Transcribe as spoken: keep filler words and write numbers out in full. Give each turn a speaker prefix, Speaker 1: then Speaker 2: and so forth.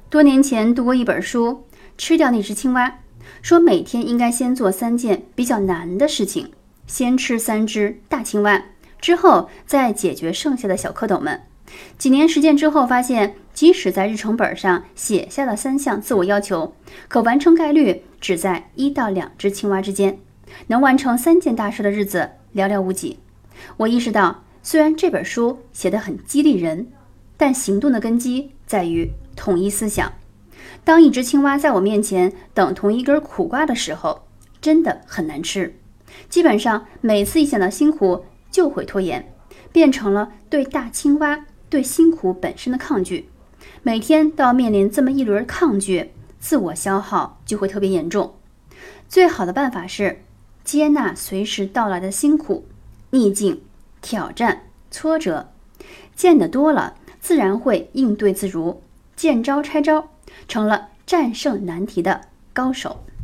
Speaker 1: 多年前读过一本书，吃掉那只青蛙，说每天应该先做三件比较难的事情，先吃三只大青蛙，之后再解决剩下的小蝌蚪们。几年实践之后发现，即使在日程本上写下了三项自我要求，可完成概率只在一到两只青蛙之间，能完成三件大事的日子寥寥无几。我意识到，虽然这本书写得很激励人，但行动的根基在于统一思想。当一只青蛙在我面前等同一根苦瓜的时候，真的很难吃。基本上每次一想到辛苦就会拖延，变成了对大青蛙、对辛苦本身的抗拒。每天都要面临这么一轮抗拒，自我消耗就会特别严重。最好的办法是接纳随时到来的辛苦、逆境、挑战、挫折，见得多了，自然会应对自如，见招拆招，成了战胜难题的高手。